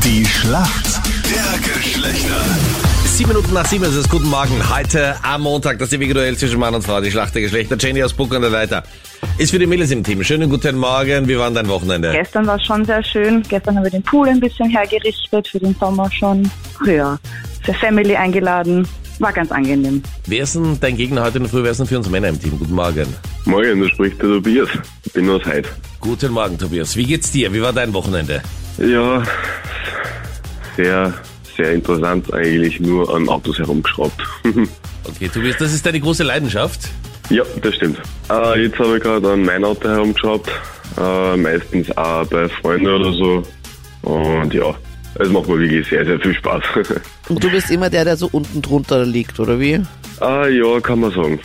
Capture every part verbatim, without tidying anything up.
Die Schlacht der Geschlechter. Sieben Minuten nach sieben ist es. Guten Morgen. Heute am Montag das ewige Duell zwischen Mann und Frau. Die Schlacht der Geschlechter. Jenny aus Bruck an der Leiter ist für die Mädels im Team. Schönen guten Morgen. Wie war dein Wochenende? Gestern war es schon sehr schön. Gestern haben wir den Pool ein bisschen hergerichtet, für den Sommer schon. Ja, für Family eingeladen. War ganz angenehm. Wer ist denn dein Gegner heute in der Früh? Wer ist denn für uns Männer im Team? Guten Morgen. Morgen, da spricht der Tobias. Ich bin aus Heid. Guten Morgen, Tobias. Wie geht's dir? Wie war dein Wochenende? Ja, sehr, sehr interessant eigentlich, nur an Autos herumgeschraubt. Okay, Tobias, das ist deine große Leidenschaft? Ja, das stimmt. Äh, jetzt habe ich gerade an mein Auto herumgeschraubt, äh, meistens auch bei Freunden oder so. Und ja, es macht mir wirklich sehr, sehr viel Spaß. Und du bist immer der, der so unten drunter liegt, oder wie? Ah, ja, kann man sagen.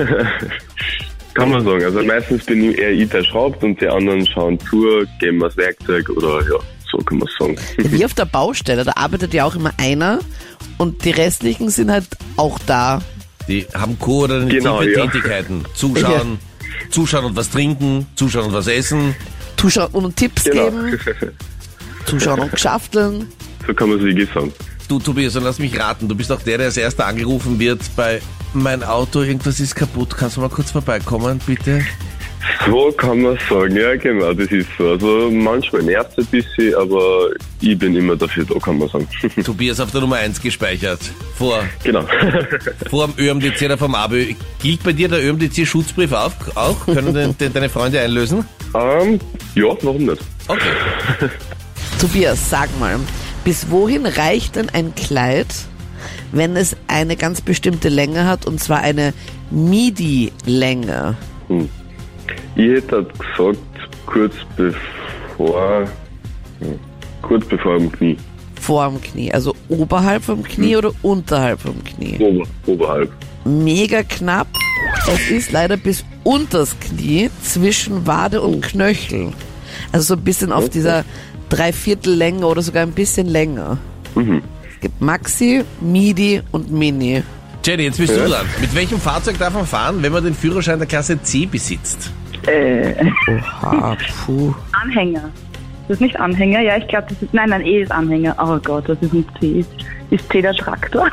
Kann man sagen. Also meistens bin ich eher ich, der schraubt und die anderen schauen zu, geben mir das Werkzeug oder ja, so kann man sagen. Wie auf der Baustelle, da arbeitet ja auch immer einer und die restlichen sind halt auch da. Die haben koordinative Genau, ja. Tätigkeiten. Zuschauen, zuschauen und was trinken, zuschauen und was essen. Zuschauen und Tipps Genau. geben, zuschauen und schafteln. So kann man es wirklich sagen. Du, Tobias, und lass mich raten, du bist auch der, der als erster angerufen wird bei mein Auto, irgendwas ist kaputt, kannst du mal kurz vorbeikommen, bitte? So kann man sagen, ja genau, das ist so. Also manchmal nervt es ein bisschen, aber ich bin immer dafür da, kann man sagen. Tobias auf der Nummer eins gespeichert. Vor, Genau. vor dem Ö M D C oder vom A B Ö. Gilt bei dir der Ö M D C-Schutzbrief auch? auch? Können den, den, deine Freunde einlösen? ähm, ja, warum nicht? Okay. Tobias, sag mal, bis wohin reicht denn ein Kleid, wenn es eine ganz bestimmte Länge hat, und zwar eine Midi-Länge? Hm. Ich hätte halt gesagt, kurz bevor, hm, kurz bevor dem Knie. Vorm Knie, also oberhalb vom Knie oder unterhalb vom Knie? Ober, oberhalb. Mega knapp. Es ist leider bis unters Knie, zwischen Wade und Knöchel. Also so ein bisschen auf dieser Dreiviertellänge oder sogar ein bisschen länger. Mhm. Es gibt Maxi, Midi und Mini. Jenny, jetzt bist Ja. du dran. Mit welchem Fahrzeug darf man fahren, wenn man den Führerschein der Klasse C besitzt? Äh, Oha, puh. Anhänger. Das ist nicht Anhänger, ja, ich glaube, das ist, nein, nein, E ist Anhänger. Oh Gott, das ist ein C. Ist C der Traktor?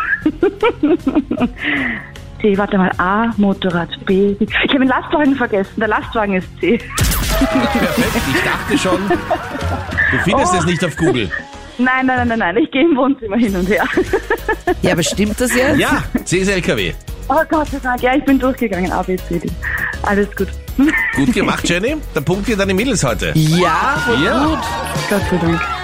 C, warte mal, A, Motorrad, B. Ich habe den Lastwagen vergessen, der Lastwagen ist C. Perfekt, ich dachte schon, du findest Oh. es nicht auf Google. Nein, nein, nein, nein, nein, ich gehe im Wohnzimmer hin und her. Ja, aber stimmt das jetzt? Ja, C ist L K W. Oh Gott sei Dank, ja, ich bin durchgegangen, A, B, C, D. Alles gut. Gut gemacht, Jenny. Der Punkt geht an die Mädels heute. Ja, voll Ja. gut. Gott sei Dank.